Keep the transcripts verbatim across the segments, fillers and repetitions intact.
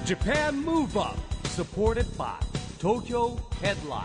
Japan Move Up supported by Tokyo Headline。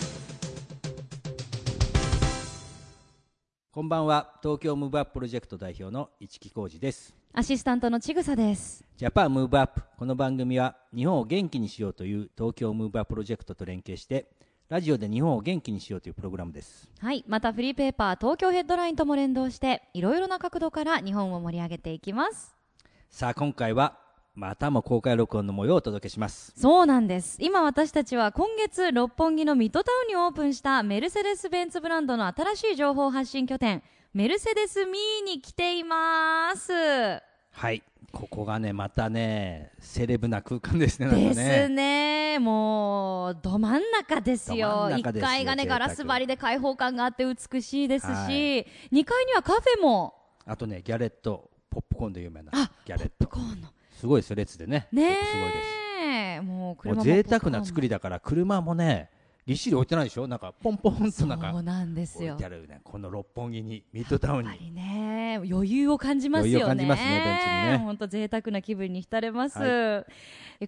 こんばんは。東京ムーブアッププロジェクト代表の市木浩司です。 アシスタントのちぐさです。 ジャパンムーブアップ、この番組は日本を元気にしようという東京ムーブアッププロジェクトと連携してラジオで日本を元気にしようというプログラムです。 はい、またフリーペーパー東京ヘッドラインとも連動していろいろな角度から日本を盛り上げていきます。 さあ今回はまたも公開録音の模様をお届けします。 そうなんです。今私たちは今月六本木のミッドタウンにオープンしたメルセデス・ベンツブランドの新しい情報発信拠点メルセデス・ミーに来ています。 はい、ここがねまたねセレブな空間ですね。なんかねですね。もうど真ん中ですよ。いっかいがねガラス張りで開放感があって美しいですし、はい、にかいにはカフェも、 あとねギャレットポップコーンで有名なギャレットポップコーンのすごいですよ。列でね。 ねすごいです。 もう車ももう贅沢な作りだから車もねぎっしり置いてないでしょ。なんかポンポンとなんかそうなんですよ。 置いてあるね。この六本木にミッドタウンにやっぱりね余裕を感じますよね。 余裕を感じますね。ベンツにね。 本当贅沢な気分に浸れます、 はい、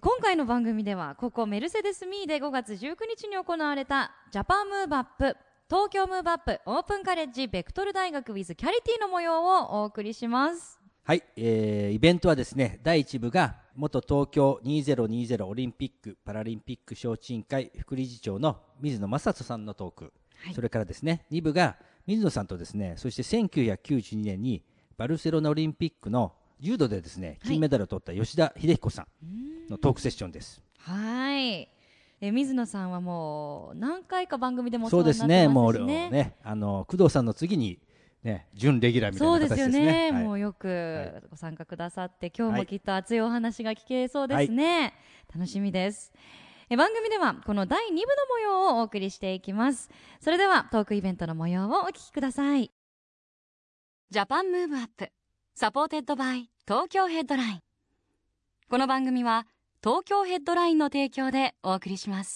今回の番組ではここメルセデスミーでごがつじゅうくにちに行われたジャパンムーブアップ東京ムーブアップオープンカレッジベクトル大学 with キャリティの模様をお送りします。 はい、えー、イベントはですねだいいち部が元東京にせんにじゅうオリンピック・パラリンピック招致委員会副理事長の水野正人さんのトーク、はい、それからですねに部が水野さんとですねそしてせんきゅうひゃくきゅうじゅうにねんにバルセロナオリンピックの柔道でですね金メダルを取った吉田秀彦さんのトークセッションです。 はい、え水野さんはもう何回か番組でもお世そう話になってますしね。 ですねもうねあの工藤さんの次にね、準レギュラーみたいな形ですね。 そうですよね、 はい、 もうよくご参加くださって、はい、今日もきっと熱いお話が聞けそうですね、はい、楽しみです。え番組ではこのだいに部の模様をお送りしていきます。それではトークイベントの模様をお聞きください。ジャパンムーブアップサポーテッドバイ東京ヘッドライン。この番組は東京ヘッドラインの提供でお送りします。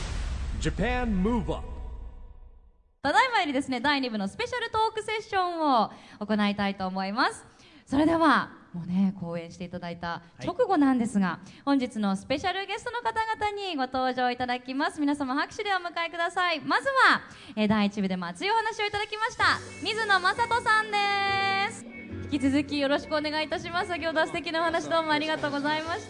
Japan Move Up。 ただいまよりですねだいに部のスペシャルトークセッションを行いたいと思います。それではもうね講演していただいた直後なんですが、はい、本日のスペシャルゲストの方々にご登場いただきます。皆様拍手でお迎えください。まずは、えー、だいいち部でも熱いお話をいただきました水野正人さんです。引き続きよろしくお願いいたします。先ほどは素敵なお話どうもありがとうございました。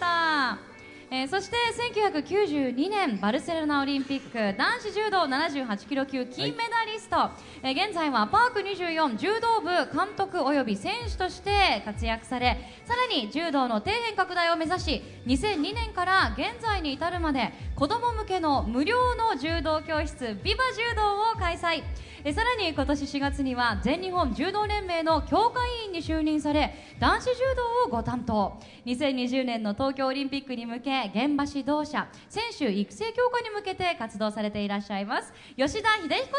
えー、そしてせんきゅうひゃくきゅうじゅうにねんバルセロナオリンピック男子柔道ななじゅうはちキロ級金メダリスト、はい、えー、現在はパークにじゅうよん柔道部監督および選手として活躍され、さらに柔道の底辺拡大を目指しにせんにねんから現在に至るまで子ども向けの無料の柔道教室ビバ柔道を開催。えさらに今年しがつには全日本柔道連盟の強化委員に就任され男子柔道をご担当。にせんにじゅうねんの東京オリンピックに向け現場指導者選手育成強化に向けて活動されていらっしゃいます吉田秀彦さんです。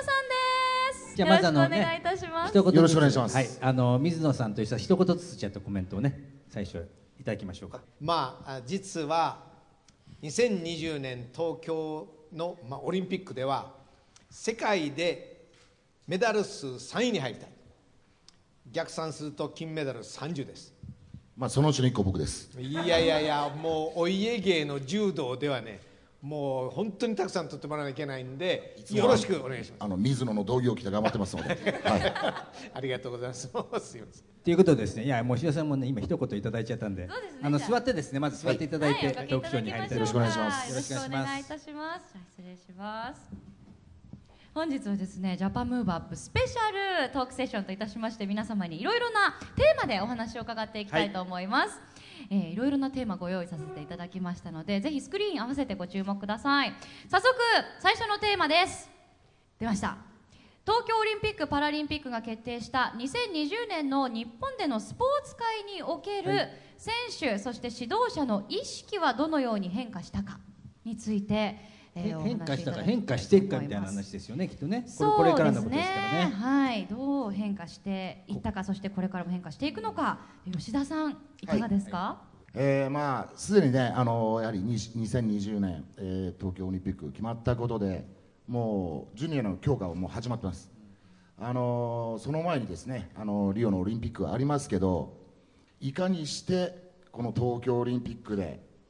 じゃあまずあの、ね、 よろしくお願いいたします。 よろしくお願いします。 はい、あの水野さんと一緒に一言ずつちゃんとコメントをね最初いただきましょうか。 まあ実はにせんにじゅうねん東京の、まあ、オリンピックでは世界でメダル数さんいに入りたい。逆算すると金メダルさんじゅうです。 まあそのうちのいっこ僕です。 いやいやいやもうお家芸の柔道ではねもう本当にたくさん取ってもらわなきゃいけないんでよろしくお願いします。 あの水野の道着を着て頑張ってますので、はい、 ありがとうございます。すいませんということでですね、いやもう吉田さんもね今一言いただいちゃったんで、 そうですね、 あの座ってですねまず座っていただいて、 はい、 トークショーに入りたいと思います。 よろしくお願いします。 よろしくお願いいたします。失礼します。本日はですねジャパンムーブアップスペシャルトークセッションといたしまして皆様にいろいろなテーマでお話を伺っていきたいと思います。はい、えー、いろいろなテーマご用意させていただきましたのでぜひスクリーン合わせてご注目ください。早速最初のテーマです。出ました。東京オリンピック・パラリンピックが決定したにせんにじゅうねんの日本でのスポーツ界における選手、はい、そして指導者の意識はどのように変化したかについてえー、変化したか変化していくかみたいな話ですよねきっとね。これ、これからのことですからね。 はい、どう変化していったかそしてこれからも変化していくのか吉田さんいかがですか。はい、 えー、まあすでにねあのやはりにせんにじゅうねん、えー、東京オリンピック決まったことでもうジュニアの強化はもう始まってます。あのその前にですねあのリオのオリンピックはありますけどいかにしてこの東京オリンピックで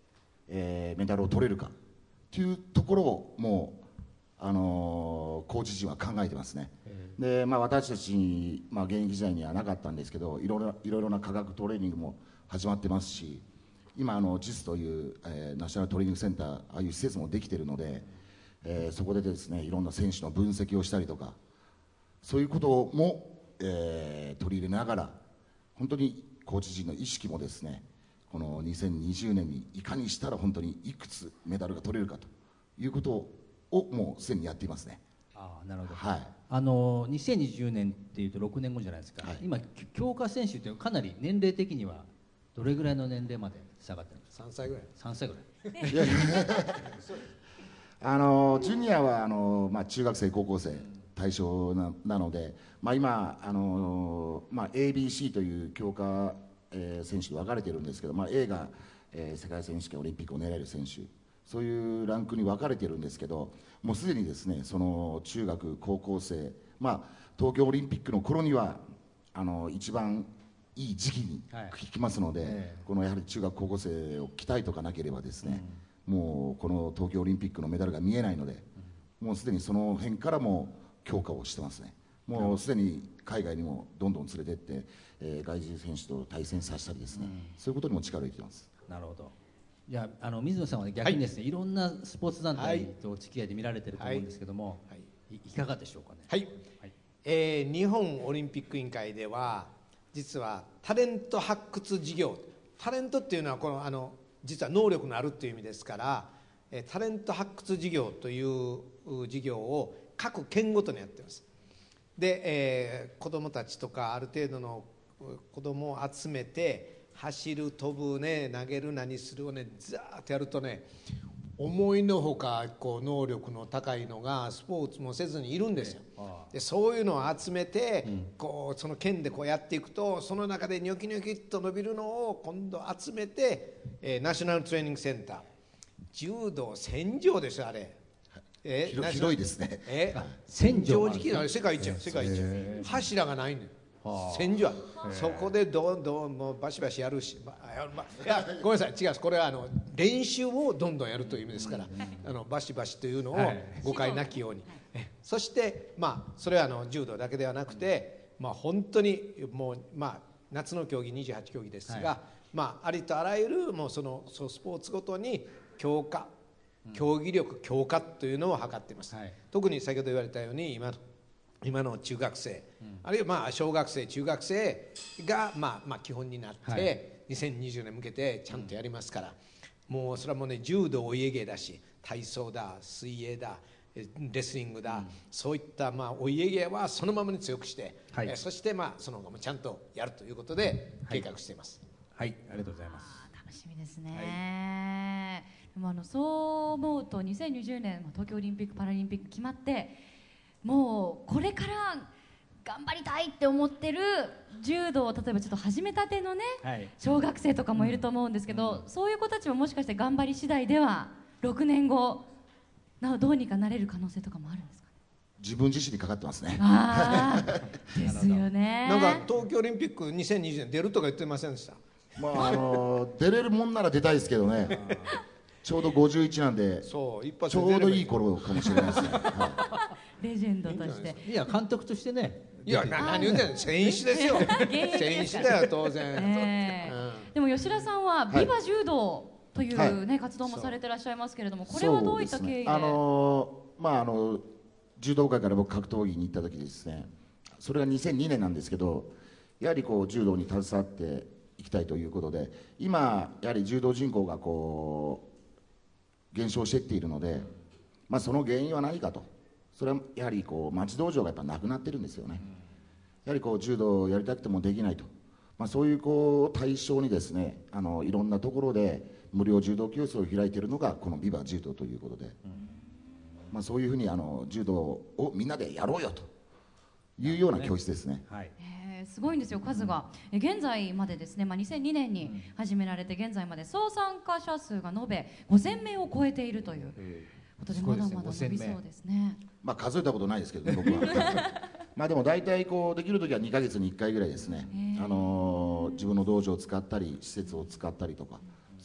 えーメダルを取れるかというところをもう、あのーコーチ陣は考えてますね。で、まあ、私たち、まあ、現役時代にはなかったんですけど、いろいろいろいろな科学トレーニングも始まってますし、今あの ジェイエス という、えーナショナルトレーニングセンター、ああいう施設もできているので、えーそこでですね、いろんな選手の分析をしたりとか、そういうことも、えー取り入れながら、本当にコーチ陣の意識もですね、このにせんにじゅうねんにいかにしたら本当にいくつメダルが取れるかということをもうすでにやっていますね。 ああ、なるほど。 はい。 あのにせんにじゅうねんっていうとろくねんごじゃないですか、 はい今、強化選手ってかなり年齢的にはどれぐらいの年齢まで下がってるんですか？ さんさいぐらい。 さんさいぐらい。 いやいやあのジュニアはあの、まあ、中学生高校生対象ななので、まあ、今あの、まあ、エービーシー という強化、えー選手に分かれてるんですけど、まあ、A が、えー世界選手権オリンピックを狙える選手、そういうランクに分かれてるんですけど、もうすでにですね、その中学高校生、まあ、東京オリンピックの頃にはあの一番いい時期にはい聞きますので、 ええこのやはり中学高校生を鍛えとかなければですね、もうこの東京オリンピックのメダルが見えないので、もうすでにその辺からも強化をしてますね。もうすでに海外にもどんどん連れてって、えー外人選手と対戦させたりですね、そういうことにも力を入れてます。 なるほど。じゃあ、あの水野さんは、ね、逆にですね、い、ろんなスポーツ団体とお付き合いで見られてると思うんですけども、 はいい、いかがでしょうかね。 はい、 はいえー日本オリンピック委員会では実はタレント発掘事業、タレントっていうのはこのあの実は能力のあるっていう意味ですから、えータレント発掘事業というう事業を各県ごとにやっています。で、えー子どもたちとかある程度のう子どもを集めて走る飛ぶね投げる何するをねザーッとやるとね、思いのほかこう能力の高いのがスポーツもせずにいるんですよ。でそういうのを集めて、こうその県でこうやっていくと、その中でニョキニョキっと伸びるのを今度集めて、えーナショナルトレーニングセンター、柔道戦場ですよあれ。え広広いですね。 え戦場場時期あれ世界一や世界一や柱がないねん。戦場そこでどんどんもうバシバシやるし、まあやまいやごめんなさい違うこれはあの練習をどんどんやるという意味ですから、あのバシバシというのをはい誤解なきように、えそしてまあそれはあの柔道だけではなくて、まあ本当にもうまあ夏の競技にじゅうはち競技ですが、 はいまあありとあらゆるもうそのそうスポーツごとに強化、競技力強化というのを図っています、 はい特に先ほど言われたように今の今の中学生、あるいはまあ小学生中学生がまあまあ基本になって、 はいにせんにじゅうねん向けてちゃんとやりますから、もうそれはもうね柔道お家芸だし、体操だ水泳だレスリングだ、そういったまあお家芸はそのままに強くして、 はいえーそしてまあその後もちゃんとやるということで計画しています、 はい、ありがとうございます。 楽しみですね、でもあのそう思うとにせんにじゅうねんまあ東京オリンピック・パラリンピック決まって、もうこれから頑張りたいって思ってる柔道を例えばちょっと始めたてのね、 はい小学生とかもいると思うんですけど、そういう子たちももしかして頑張り次第ではろくねんごなおどうにかなれる可能性とかもあるんですかね。 自分自身にかかってますね。 あーですよね。 なんか東京オリンピックにせんにじゅうねん出るとか言ってませんでした？ まああの出れるもんなら出たいですけどね。ちょうどごじゅういちなんで、ちそう一発ょうどで出ればいい頃かもしれないですね。はレジェンドとしていや、監督としてね、 いやな何言ってんの、選手ですよ現役ですから選手だよ当然、 ええうんでも吉田さんははいビバ柔道という、 はいね活動もされてらっしゃいますけれども、 いこれはどういった経緯で、 そうすねあのーまああの柔道界から僕格闘技に行った時ですね、それがにせんにねんなんですけど、やはりこう柔道に携わっていきたいということで、今やはり柔道人口がこう減少していっているので、まあ、その原因は何かと、それはやはりこう町道場がやっぱなくなってるんですよね。やはりこう柔道をやりたくてもできないと、まあ、そういうこう対象にですね、あのいろんなところで無料柔道教室を開いているのがこのビバ柔道ということで、まあ、そういうふうにあの柔道をみんなでやろうよというような教室ですね。 はい、 えーすごいんですよ数が、え現在までですね、まあ、にせんにねんに始められて現在まで総参加者数が延べごせんめいを超えているということで、まだまだ伸びそうですね。 まあ、数えたことないですけどね僕はまあでも大体こうできる時はにかげつにいっかいぐらいですね、 へーあのー自分の道場を使ったり施設を使ったりとか、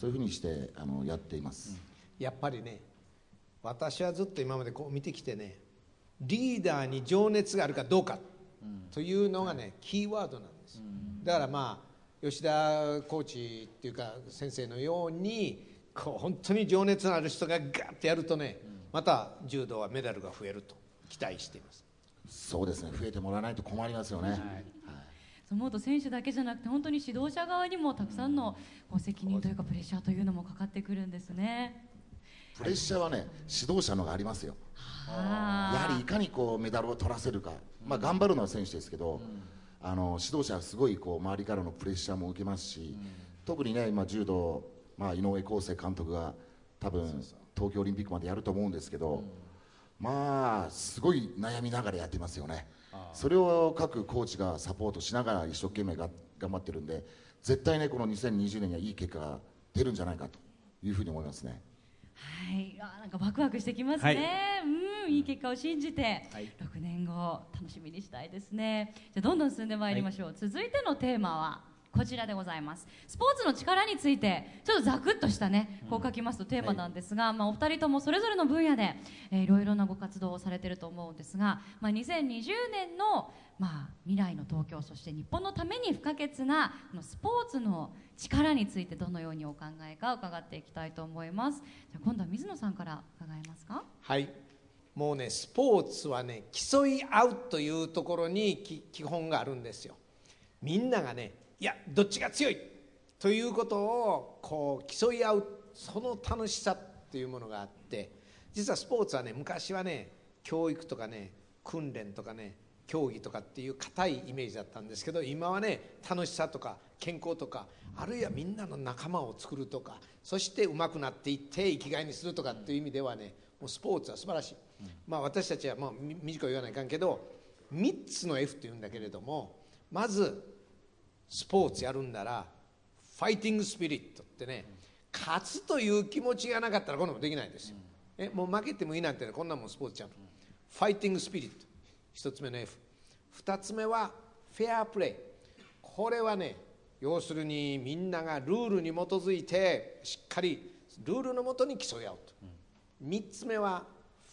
そういうふうにしてあのやっています、 やっぱりね、私はずっと今までこう見てきてね、リーダーに情熱があるかどうかというのがね、キーワードなんです。だからまあ吉田コーチっていうか先生のようにこう本当に情熱のある人がガッとやるとね、また柔道はメダルが増えると期待しています。 そうですね、増えてもらわないと困りますよね、はいはい、 そう思うと選手だけじゃなくて本当に指導者側にもたくさんのこう責任というかプレッシャーというのもかかってくるんですね。 プレッシャーはね、指導者のがありますよ。やはりいかにこうメダルを取らせるか、まあ、頑張るのは選手ですけど、うん、あの指導者はすごいこう周りからのプレッシャーも受けますし、うん、特にね今柔道、まあ、井上康生監督が多分東京オリンピックまでやると思うんですけど、うん、まあすごい悩みながらやってますよね。それを各コーチがサポートしながら一生懸命が頑張ってるんで、絶対ねこのにせんにじゅうねんにはいい結果が出るんじゃないかというふうに思いますね。 はい、あ、なんかワクワクしてきますね、はい、うん、いい結果を信じて、はい、ろくねんご楽しみにしたいですね。じゃあどんどん進んでまいりましょう、はい、続いてのテーマはこちらでございます。スポーツの力についてちょっとざくっとしたね、こう書きますとテーマなんですが、はい、まあ、お二人ともそれぞれの分野で、えー、いろいろなご活動をされていると思うんですが、まあ、にせんにじゅうねんの、まあ、未来の東京、そして日本のために不可欠なこのスポーツの力についてどのようにお考えか伺っていきたいと思います。じゃあ今度は水野さんから伺えますか。 はい、もうねスポーツはね競い合うというところに基本があるんですよ。みんながね、いやどっちが強いということをこう競い合う、その楽しさっていうものがあって、実はスポーツはね昔はね教育とかね訓練とかね競技とかっていう固いイメージだったんですけど、今はね楽しさとか健康とか、あるいはみんなの仲間を作るとか、そして上手くなっていって生きがいにするとかっていう意味ではね、もうスポーツは素晴らしい、うん、まあ私たちはまあ短く言わないかんけどみっつの エフ っていうんだけれども、まずスポーツやるんならファイティングスピリットってね、勝つという気持ちがなかったらこんなもんできないんですよ、うん、えもう負けてもいいなんて、ね、こんなもんスポーツちゃう、うん、ファイティングスピリット一つ目の エフ、 二つ目はフェアプレー。これはね要するにみんながルールに基づいてしっかりルールのもとに競い合うと、うん、みっつめは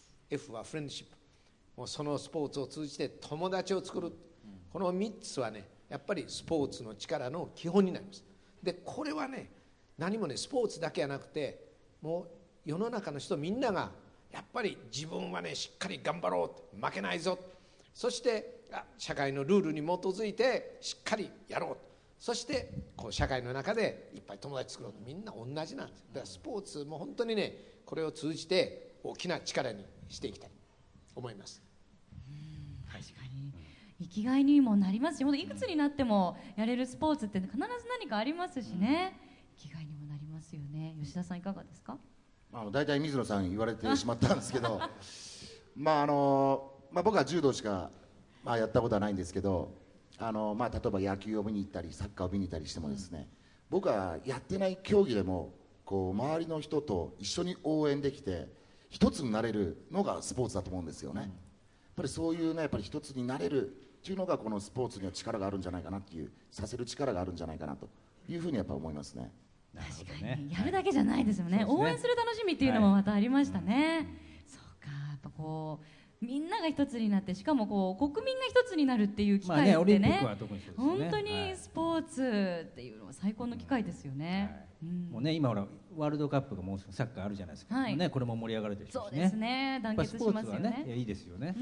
F はフレンドシップ、もうそのスポーツを通じて友達を作る、うん、このみっつはねやっぱりスポーツの力の基本になります。でこれはね何もねスポーツだけじゃなくて、もう世の中の人みんながやっぱり自分はねしっかり頑張ろう、負けないぞ、そして社会のルールに基づいてしっかりやろう、そしてこう社会の中でいっぱい友達作ろうと、みんな同じなんです。だからスポーツも本当にねこれを通じて大きな力にしていきたいと思います。 うん、確かに生きがいにもなりますし、いくつになってもやれるスポーツって必ず何かありますしね、生きがいにもなりますよね。吉田さんいかがですか。 あの大体水野さん言われてしまったんですけどまああの、まあ、僕は柔道しか、まあ、やったことはないんですけど、あの、まあ、例えば野球を見に行ったりサッカーを見に行ったりしてもですね、うん、僕はやってない競技でもこう周りの人と一緒に応援できて一つになれるのがスポーツだと思うんですよね、うん、やっぱりそういうねやっぱり一つになれるっていうのがこのスポーツには力があるんじゃないかなっていう、させる力があるんじゃないかなというふうにやっぱ思いますね。 確かに、ね、やるだけじゃないですよね、はい、応援する楽しみっていうのもまたありましたね、はい、そうか、やっぱこうみんなが一つになって、しかもこう国民が一つになるっていう機会ってね、本当にスポーツっていうのは最高の機会ですよね、 はい、うん、もうね今ほらワールドカップがもうサッカーあるじゃないですか、はい、ね、これも盛り上がるでしょうしね。 そうですね、団結しますよね。 ねいいですよね。 うん、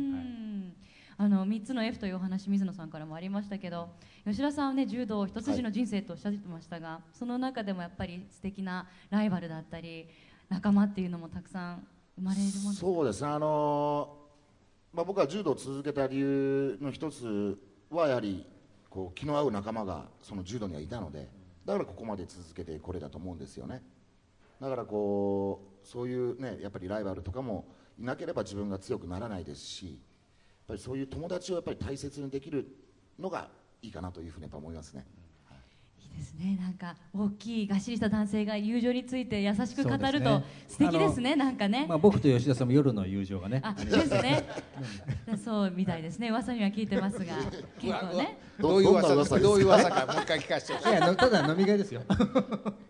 はい、あのみっつの エフ というお話水野さんからもありましたけど、吉田さんはね柔道一筋の人生とおっしゃってましたが、はい、その中でもやっぱり素敵なライバルだったり仲間っていうのもたくさん生まれるものですか。 そうですね、あのーまあ、僕は柔道を続けた理由の一つはやはりこう気の合う仲間がその柔道にはいたので、だからここまで続けてこれだと思うんですよね。だからこうそういうねやっぱりライバルとかもいなければ自分が強くならないですし、やっぱりそういう友達をやっぱり大切にできるのがいいかなというふうにやっぱ思いますね。 いいですね、なんか大きいがっしりした男性が友情について優しく語ると素敵ですね。なんかね、 まあ、僕と吉田さんも夜の友情がねあですねそうみたいですね、噂には聞いてますが結構ねどういう噂ですか、どういう噂かもう一回聞かせてほしい。 いやただ飲み会ですよ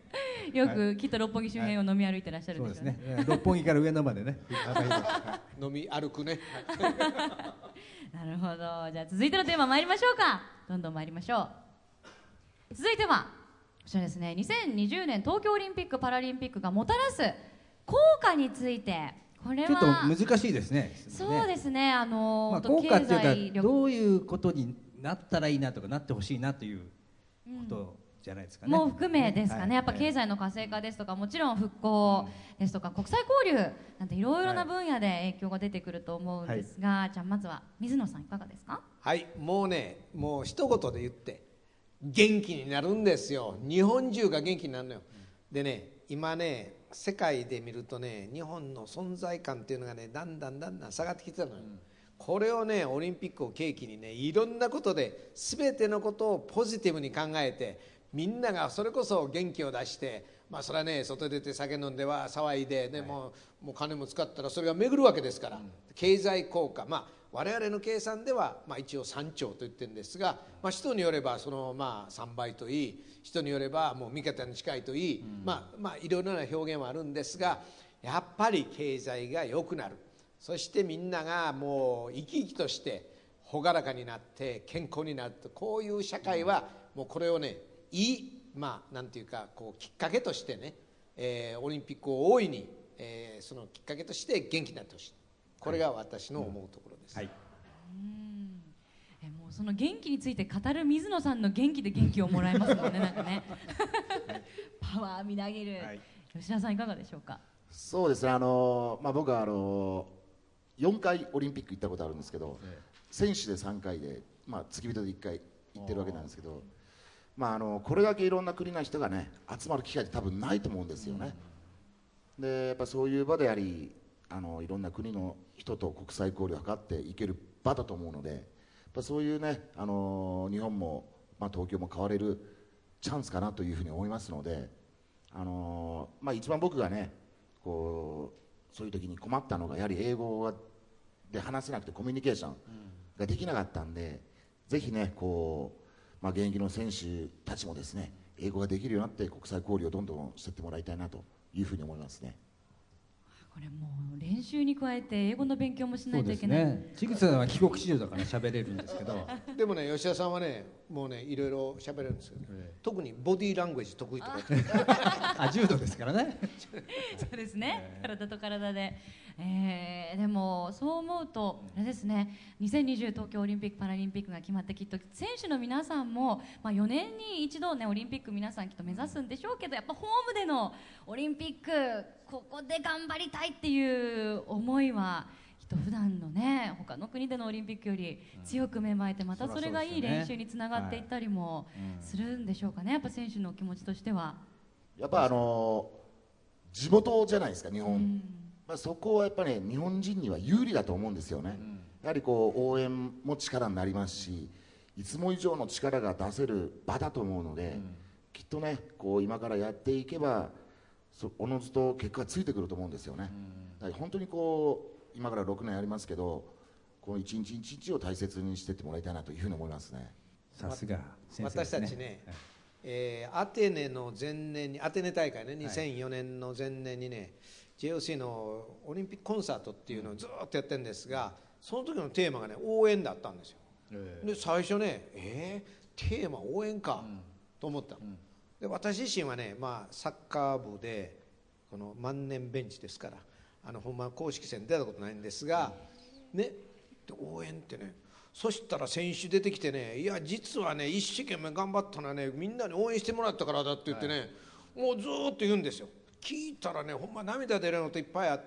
よくきっと六本木周辺を飲み歩いてらっしゃるんそうですでしょうね。 ね。六本木から上野までね。 飲み歩くね。 なるほど。じゃあ続いてのテーマ参りましょうか。どんどん参りましょう。続いてはこちらですね。にせんにじゅうねん東京オリンピック・パラリンピックがもたらす効果について。これはちょっと難しいですね。 そうですね。あのまあ、 ー効果っていうか経済力どういうことになったらいいなとかなってほしいなということじゃないですかね。 もう含めですかね、 はいやっぱ経済の活性化ですとか、もちろん復興ですとか、国際交流なんていろいろな分野で影響が出てくると思うんですが、じゃあまずは水野さんいかがですか？ はい、もうね、もう一言で言って元気になるんですよ。日本中が元気になるのよ。でね、今ね世界で見るとね、日本の存在感っていうのがねだんだんだんだん下がってきてたのよ、うん、これをねオリンピックを契機にね、いろんなことで全てのことをポジティブに考えて、みんながそれこそ元気を出して、まあそれはね外出て酒飲んでは騒いで、でもう、もう金も使ったらそれが巡るわけですから、うん、経済効果、まあ我々の計算では、まあ、一応さんちょうと言ってるんですが、まあ、人によればその、まあ、さんばいといい、人によればもう三桁に近いといい、うん、まあまあいろいろな表現はあるんですが、やっぱり経済が良くなる、そしてみんながもう生き生きとして朗らかになって健康になると、こういう社会はもうこれをねいい、まあなんていうかこうきっかけとしてね、えー、オリンピックを大いに、えー、そのきっかけとして元気になってほしい。これが私の思うところです。はい、 うんえもうその元気について語る水野さんの元気で元気をもらえますもんね。なんかねパワーみなぎる、はい、吉田さんいかがでしょうか？ そうですね、あの、まあ、僕はあのよんかいオリンピック行ったことあるんですけど、ええ、選手でさんかいで、まあ、付き人でいっかい行ってるわけなんですけど、まあ、あのこれだけいろんな国の人がね集まる機会って多分ないと思うんですよね、うん、でやっぱそういう場であり、あのいろんな国の人と国際交流を図っていける場だと思うので、やっぱそういうね、あの日本も、まあ、東京も変われるチャンスかなというふうに思いますので、あのまあ、一番僕がねこうそういう時に困ったのがやはり英語で話せなくてコミュニケーションができなかったんで、ぜひねこう、まあ、現役の選手たちもですね英語ができるようになって国際交流をどんどんしていってもらいたいなというふうに思いますね。 これもう練習に加えて英語の勉強もしないといけない。そうですね。 千草さんは帰国子女だから喋れるんですけどでもね吉田さんはねもうねいろいろ喋れるんですけど、ええ、特にボディーラングエージ得意とかあ柔道ですからねそうですね、えー、体と体で、えー、でもそう思うとあれですね、にせんにじゅう東京オリンピック・パラリンピックが決まって、きっと選手の皆さんも、まあ、よねんに一度ねオリンピック皆さんきっと目指すんでしょうけど、やっぱホームでのオリンピックここで頑張りたいっていう思いはきっと普段のね他の国でのオリンピックより強く芽生えて、またそれがいい練習につながっていったりもするんでしょうかね、やっぱ選手の気持ちとしては。 やっぱあのー、地元じゃないですか日本、うん、まあ、そこはやっぱり、ね、日本人には有利だと思うんですよね、うん、やはりこう応援も力になりますし、いつも以上の力が出せる場だと思うので、うん、きっとねこう今からやっていけばおのずと結果がついてくると思うんですよね、うん、だから本当にこう今からろくねんやりますけど、この一日一日を大切にしていってもらいたいなというふうに思いますね。 さすが先生ですね。 私たちね、はい、えー、アテネの前年にアテネ大会ねにせんよねんの前年にね、はい、ジェイオーシー のオリンピックコンサートっていうのをずっとやってるんですが、その時のテーマがね応援だったんですよ、えー、で最初ねえー、テーマ応援か、うん、と思ったの、うん、で私自身はね、まあ、サッカー部でこの万年ベンチですから、あのほんま公式戦出たことないんですが、うん、ねで応援ってね、そしたら選手出てきてね、いや実はね一生懸命頑張ったのはねみんなに応援してもらったからだって言ってね、はい、もうずーっと言うんですよ。聞いたらねほんま涙出るのといっぱいあって、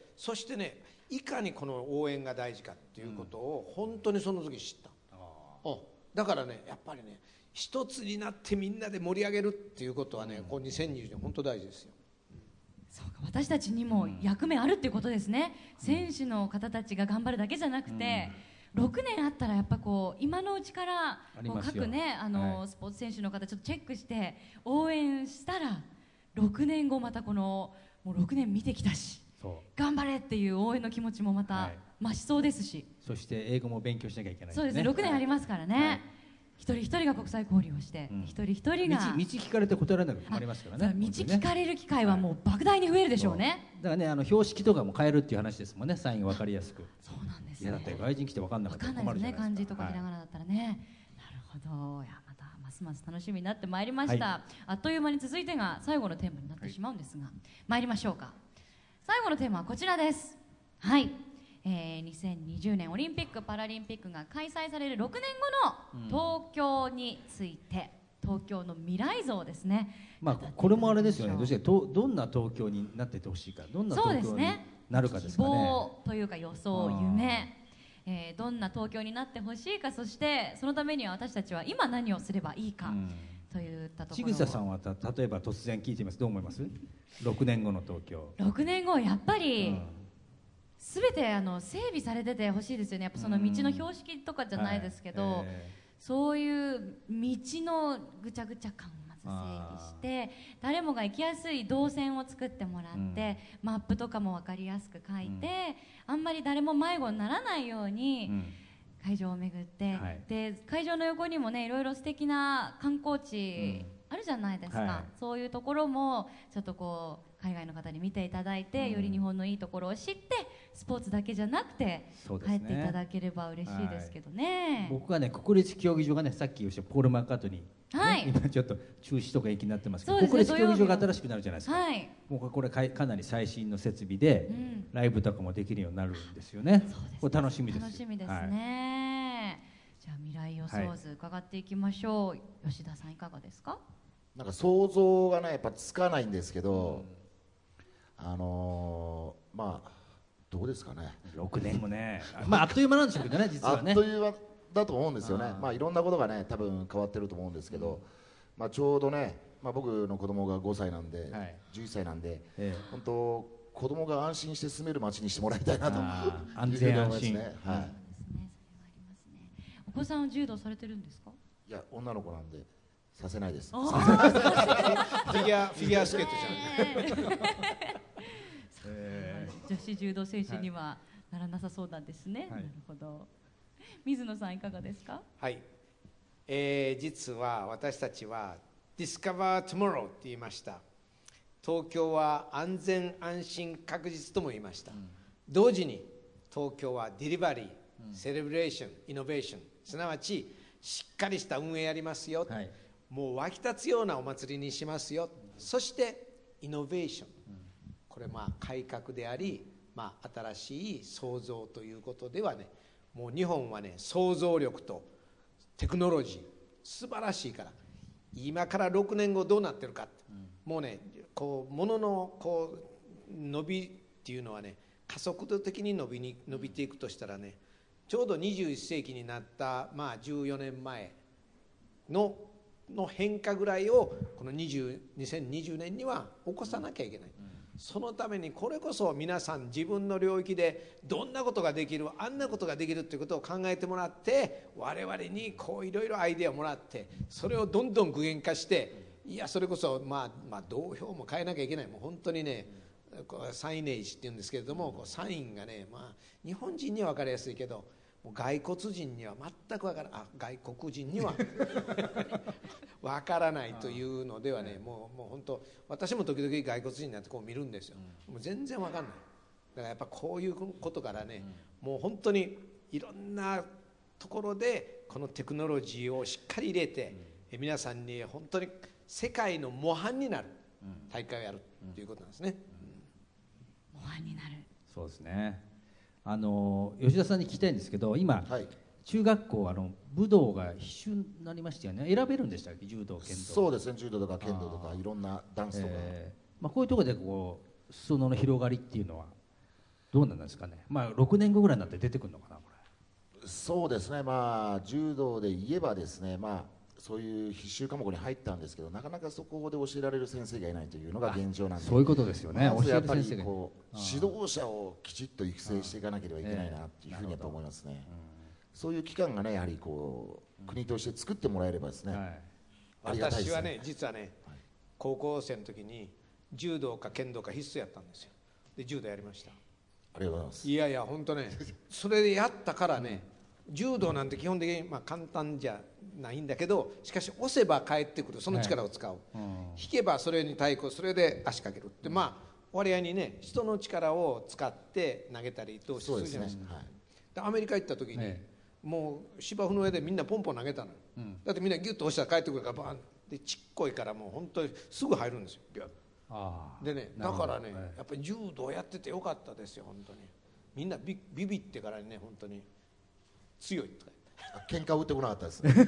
そしてねいかにこの応援が大事かっていうことを本当にその時知った、うん、だからねやっぱりね一つになってみんなで盛り上げるっていうことはね、うん、こうにせんにじゅうねん本当大事ですよ。 そうか、私たちにも役目あるっていうことですね、うん、選手の方たちが頑張るだけじゃなくて、うん、ろくねんあったらやっぱこう今のうちからこう各ねあの、はい、スポーツ選手の方ちょっとチェックして応援したらろくねんごまたこのもうろくねん見てきたし頑張れっていう応援の気持ちもまた増しそうですし、はい、 そして英語も勉強しなきゃいけないですね。 そうですね、ろくねんありますからね、はい、 一人一人が国際交流をして、うん、一人一人が道, 道聞かれて答えられなくなりますからね。 道聞かれる機会はもう莫大に増えるでしょうね。はい、 だからね、あの標識とかも変えるっていう話ですもんね。サインが分かりやすく。 そうなんですね。 いやだって外人来て分かんなかったら困るじゃないですか。 分かんないですね、漢字とかひらがなだったらね。はい、なるほど。いやまたますます楽しみになってまいりました。はい、あっという間に続いてが最後のテーマになってしまうんですが、はい、参りましょうか。最後のテーマはこちらです。はい。えー、にせんにじゅうねんオリンピック・パラリンピックが開催されるろくねんごの東京について、うん、東京の未来像ですね。 まあ、これもあれですよね。どうしてどどんな東京になっていてほしいか、どんな東京になるかですかね。 希望というか予想、夢、えー、どんな東京になってほしいか、そしてそのためには私たちは今何をすればいいか、うん、といったところ。 ちぐささんはた例えば突然聞いてみます。どう思います？ろくねんごの東京。 ろくねんごやっぱり、うん、すべてあの整備されててほしいですよね。やっぱその道の標識とかじゃないですけど、はいえー、そういう道のぐちゃぐちゃ感をまず整備して誰もが行きやすい動線を作ってもらって、うん、マップとかも分かりやすく書いて、うん、あんまり誰も迷子にならないように、うん、会場を巡って、はい、で会場の横にもねいろいろ素敵な観光地、あるじゃないですか、はい、そういうところもちょっとこう海外の方に見ていただいて、うん、より日本のいいところを知ってスポーツだけじゃなくて、ね、帰っていただければ嬉しいですけどね。 はい、僕はね国立競技場がねさっき言ったポール・マッカートニー、ね、はい、今ちょっと中止とか延期になってますけど、ね、国立競技場が新しくなるじゃないですか、はい、もうこれかなり最新の設備で、うん、ライブとかもできるようになるんですよね。そうですね、これ楽しみです。 楽しみですね。はい、じゃあ未来予想図伺っていきましょう。はい、吉田さんいかがですか？ なんか想像がねやっぱつかないんですけど、うん、あのー、まあどうですかね。 ろくねんごね、まああっという間なんでしょうけどね、実はね。 あっという間だと思うんですよね。あまあいろんなことがね多分変わってると思うんですけど、うん、まあちょうどね、まあ僕の子供がごさいなんで、はい、じゅういっさいなんで、ええ、本当子供が安心して住める街にしてもらいたいなと安全安心、 はい、 お子さんは柔道されてるんですか？ いや女の子なんでさせないです。 フィギュアフィギュアスケートじゃん。 えー、女子柔道選手にはならなさそうなんですね。はい、なるほど。水野さんいかがですか？ はい、えー、実は私たちは Discover Tomorrow って言いました。東京は安全安心確実とも言いました。うん、同時に東京はディリバリー、うん、セレブレーション、イノベーション、すなわちしっかりした運営やりますよ、はい、もう湧き立つようなお祭りにしますよ、うん、そしてイノベーション、うん、これまあ改革であり、まあ、新しい創造ということではね、もう日本はね創造力とテクノロジー素晴らしいから、今からろくねんごどうなってるかって、うん、もうねこう物のこう伸びっていうのはね加速度的に伸びに伸びていくとしたらね、ちょうどにじゅういっせいきになった、まあ、じゅうよねんまえ の, の変化ぐらいをこのにせんにじゅうねんには起こさなきゃいけない。そのためにこれこそ皆さん自分の領域でどんなことができる、あんなことができるということを考えてもらって、我々にこういろいろアイデアをもらって、それをどんどん具現化して、いやそれこそまあまあ同票も変えなきゃいけない。もう本当にねサイネージっていうんですけれども、こうサインがね、まあ日本人には分かりやすいけどもう外国人には全く分からない、あ外国人には分からないというのではね、もうもう本当私も時々外国人になってこう見るんですよ。もう全然分かんない。だからやっぱこういうことからね、もう本当にいろんなところでこのテクノロジーをしっかり入れて、皆さんに本当に世界の模範になる大会をやるということなんですね。 模範になる。 そうですね。あの吉田さんに聞きたいんですけど、今、はい、中学校あの武道が必修になりましたよね。選べるんでしたっけ？柔道、剣道。 そうですね。柔道とか剣道とかいろんなダンスとか、 えーまあ、こういうところでこう裾野の広がりっていうのはどうなんですかね。まあろくねんごぐらいになって出てくるのかなこれ。そうですね。まあ柔道で言えばですね、まあそういう必修科目に入ったんですけど、なかなかそこで教えられる先生がいないというのが現状なんで、 そういうことですよね。 まずやっぱりこう指導者をきちっと育成していかなければいけないなっていうふうにやっぱ思いますね。そういう機関がねやはりこう国として作ってもらえればですね、 はい、私はね実はね、はい、高校生の時に柔道か剣道か必須やったんですよ。で柔道やりました。 ありがとうございます。 いやいや本当ねそれでやったからね、 柔道なんて基本的にまあ簡単じゃないんだけど、しかし押せば返ってくる、その力を使う、はい、引けばそれに対抗、それで足かけるって、まあ割合にね人の力を使って投げたりとするじゃないですか。はい、でアメリカ行った時に、はい、もう芝生の上でみんなポンポン投げたの、うん、だってみんなギュッと押したら帰ってくるからバーンでちっこいからもう本当にすぐ入るんですよ。ビュッあでね、だからね、はい、やっぱり柔道やっててよかったですよ本当に。みんな ビ, ビビってからにね本当に強いとか喧嘩打ってこなかったですね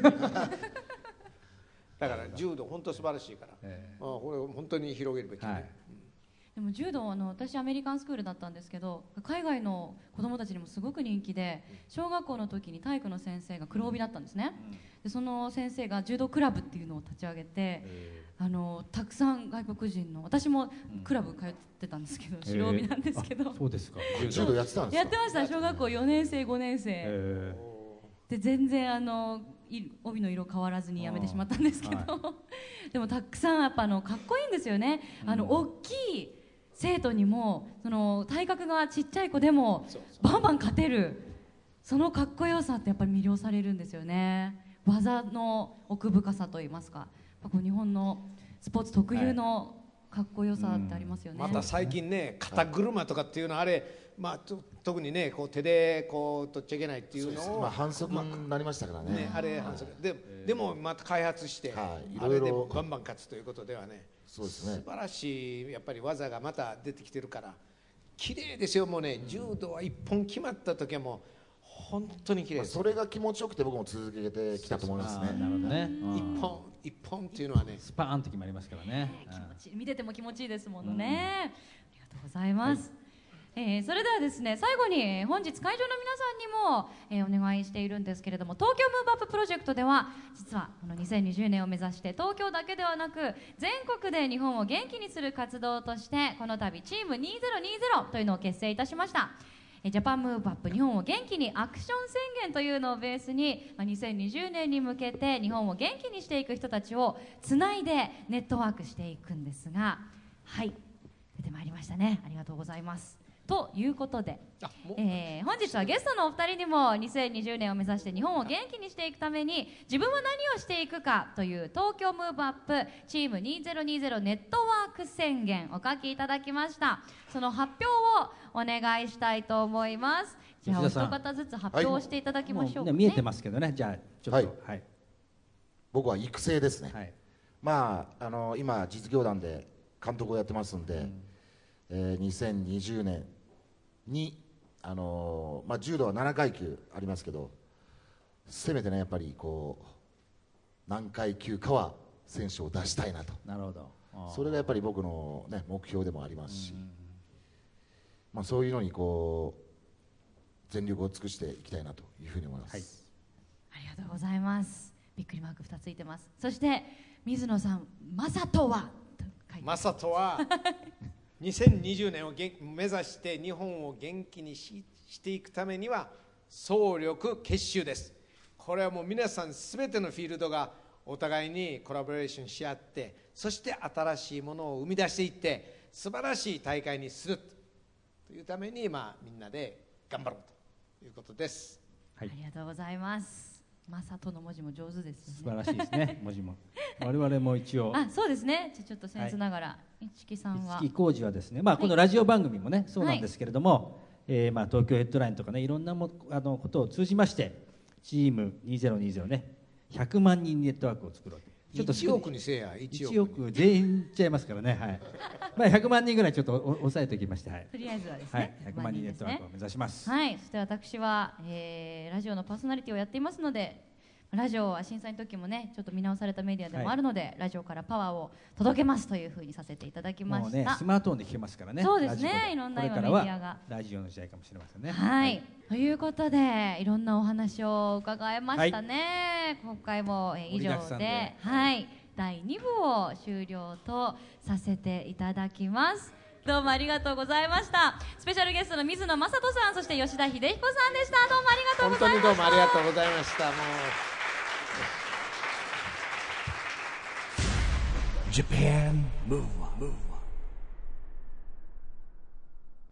だから柔道本当素晴らしいから、えー、あこれ本当に広げるべき、ねはい、 でも柔道あの私アメリカンスクールだったんですけど、海外の子どもたちにもすごく人気で、小学校の時に体育の先生が黒帯だったんですね、うん、でその先生が柔道クラブっていうのを立ち上げて、えーあのたくさん外国人の、私もクラブ通ってたんですけど、うん、白帯なんですけど、えー、 そうですか。 柔道やってたんですか。 やってました。小学校よねん生ごねん生、えー、で全然あの帯の色変わらずにやめてしまったんですけど、はい、でもたくさんやっぱあのかっこいいんですよね、うん、あの大きい生徒にもその体格がちっちゃい子でもバンバン勝てる、そのかっこよさってやっぱり魅了されるんですよね。技の奥深さといいますか、こう日本のスポーツ特有のかっこよさってありますよね、 はい、うん、また最近ね肩車とかっていうのはあれ、まあ、特にねこう手でこう取っちゃいけないっていうのを、 まあ、反則になりましたからね、ねあれ反則で、でもまた開発して、はい、あれでバンバン勝つということではね、 そうですね、 素晴らしいやっぱり技がまた出てきてるから綺麗ですよ。もうね、うん、柔道は一本決まった時はもう本当に綺麗です、 まあ、それが気持ちよくて僕も続けてきたと思いますね。 なるほどね、 うん、一本一本っていうのはねスパーンと決まりますからね、 気持ちいい、見てても気持ちいいですものね、うん、ありがとうございます、はい、えー、それではですね最後に本日会場の皆さんにも、えー、お願いしているんですけれども、東京ムーブアッププロジェクトでは実はこのにせんにじゅうねんを目指して東京だけではなく全国で日本を元気にする活動としてこの度チームにせんにじゅうというのを結成いたしました。ジャパンムーブアップ日本を元気にアクション宣言というのをベースににせんにじゅうねんに向けて日本を元気にしていく人たちをつないでネットワークしていくんですが、はい出てまいりましたね。ありがとうございます。ということで、えー、本日はゲストのお二人にもにせんにじゅうねんを目指して日本を元気にしていくために自分は何をしていくかという東京ムーブアップチームにせんにじゅうネットワーク宣言お書きいただきました。その発表をお願いしたいと思います。じゃあお一方ずつ発表をしていただきましょうかね。 はい、見えてますけどね。じゃあちょっと、はいはい、 僕は育成ですね、はい、まああの今実業団で監督をやってますんで、うん、えー、にせんにじゅうねんに、あのーまあ、柔道はななかいきゅうありますけど、せめてねやっぱりこう何階級かは選手を出したいなと。 なるほど。 それがやっぱり僕の、ね、目標でもありますし、まあ、そういうのにこう全力を尽くしていきたいなというふうに思います、はい、 ありがとうございます。びっくりマークふたついてます。そして水野さん、マサとはマサとはにせんにじゅうねんを目指して日本を元気に し, していくためには総力結集です。これはもう皆さんすべてのフィールドがお互いにコラボレーションし合って、そして新しいものを生み出していって素晴らしい大会にするというために、まあ、みんなで頑張ろうということです、 はい、ありがとうございます。マサトの文字も上手ですね。 素晴らしいですね文字も我々も一応あそうですね。じゃちょっと僭越ながら、はい、一木さんは一木浩二はですね、まあ、このラジオ番組もね、はい、そうなんですけれども、はい、えーまあ、東京ヘッドラインとかねいろんなもあのことを通じましてチームにせんにじゅうねひゃくまんにんネットワークを作ろうと。 ちょっといちおくにせえやいちおく全員いっちゃいますからね、はいまあ、ひゃくまんにんぐらいちょっと抑えておきまして、はい、 とりあえずはですね、 はい、ひゃくまんにんネットワークを目指します。 はい、そして私は、えー、ラジオのパーソナリティをやっていますので、ラジオは震災の時もねちょっと見直されたメディアでもあるので、はい、ラジオからパワーを届けますというふうにさせていただきました。もうね、スマートフォンで聞けますからね。 そうですね、いろんな今メディアがラジオの時代かもしれませんね。 はい、はい、ということでいろんなお話を伺いましたね、はい、今回も、えー、以上 で, で、はい、だいにぶを終了とさせていただきます。どうもありがとうございました。スペシャルゲストの水野雅人さん、そして吉田秀彦さんでした。どうもありがとうございました。 本当にどうもありがとうございました。もうJapan Move Up。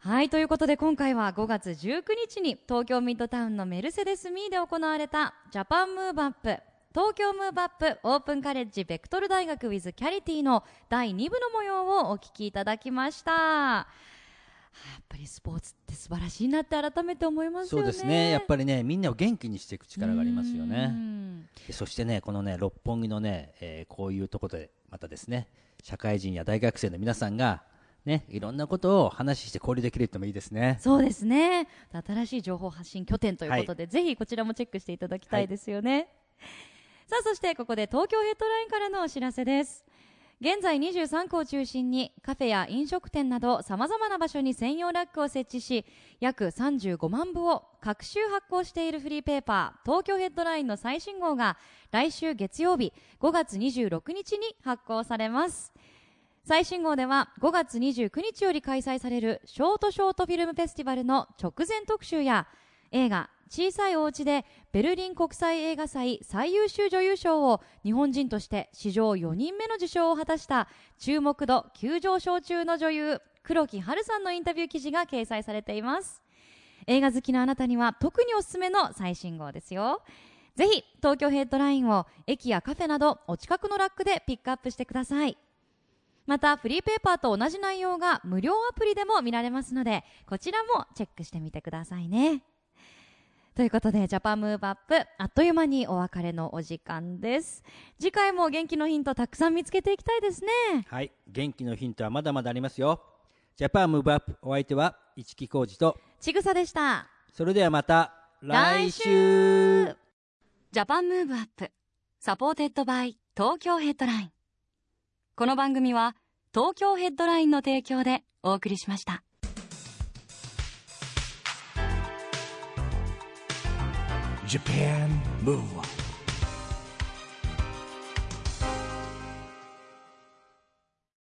はい、ということで今回はごがつじゅうくにちに東京ミッドタウンのメルセデスミーで行われたジャパンムーブアップ東京ムーブアップオープンカレッジベクトル大学 with キャリティのだいにぶの模様をお聞きいただきました。やっぱりスポーツって素晴らしいなって改めて思いますよね。 そうですね、やっぱりねみんなを元気にしていく力がありますよね。でそしてねこのね六本木のね、えー、こういうところでまたですね社会人や大学生の皆さんがね、いろんなことを話して交流できるともいいですね。 そうですね、新しい情報発信拠点ということで、はい、ぜひこちらもチェックしていただきたいですよね、はい、さあそしてここで東京ヘッドラインからのお知らせです。現在にじゅうさんくを中心にカフェや飲食店などさまざまな場所に専用ラックを設置し、約さんじゅうごまんぶを各週発行しているフリーペーパー東京ヘッドラインの最新号が来週月曜日ごがつにじゅうろくにちに発行されます。最新号ではごがつにじゅうくにちより開催されるショートショートフィルムフェスティバルの直前特集や、映画小さいお家でベルリン国際映画祭最優秀女優賞を日本人として史上よにんめの受賞を果たした注目度急上昇中の女優黒木華さんのインタビュー記事が掲載されています。映画好きのあなたには特におすすめの最新号ですよ。ぜひ東京ヘッドラインを駅やカフェなどお近くのラックでピックアップしてください。またフリーペーパーと同じ内容が無料アプリでも見られますので、こちらもチェックしてみてくださいね。ということでジャパンムーブアップあっという間にお別れのお時間です。次回も元気のヒントたくさん見つけていきたいですね。 はい、元気のヒントはまだまだありますよ。ジャパンムーブアップ、お相手は市木浩二とちぐさでした。 それではまた来週。 ジャパンムーブアップサポーテッドバイ東京ヘッドライン。この番組は東京ヘッドラインの提供でお送りしました。 Japan Move Up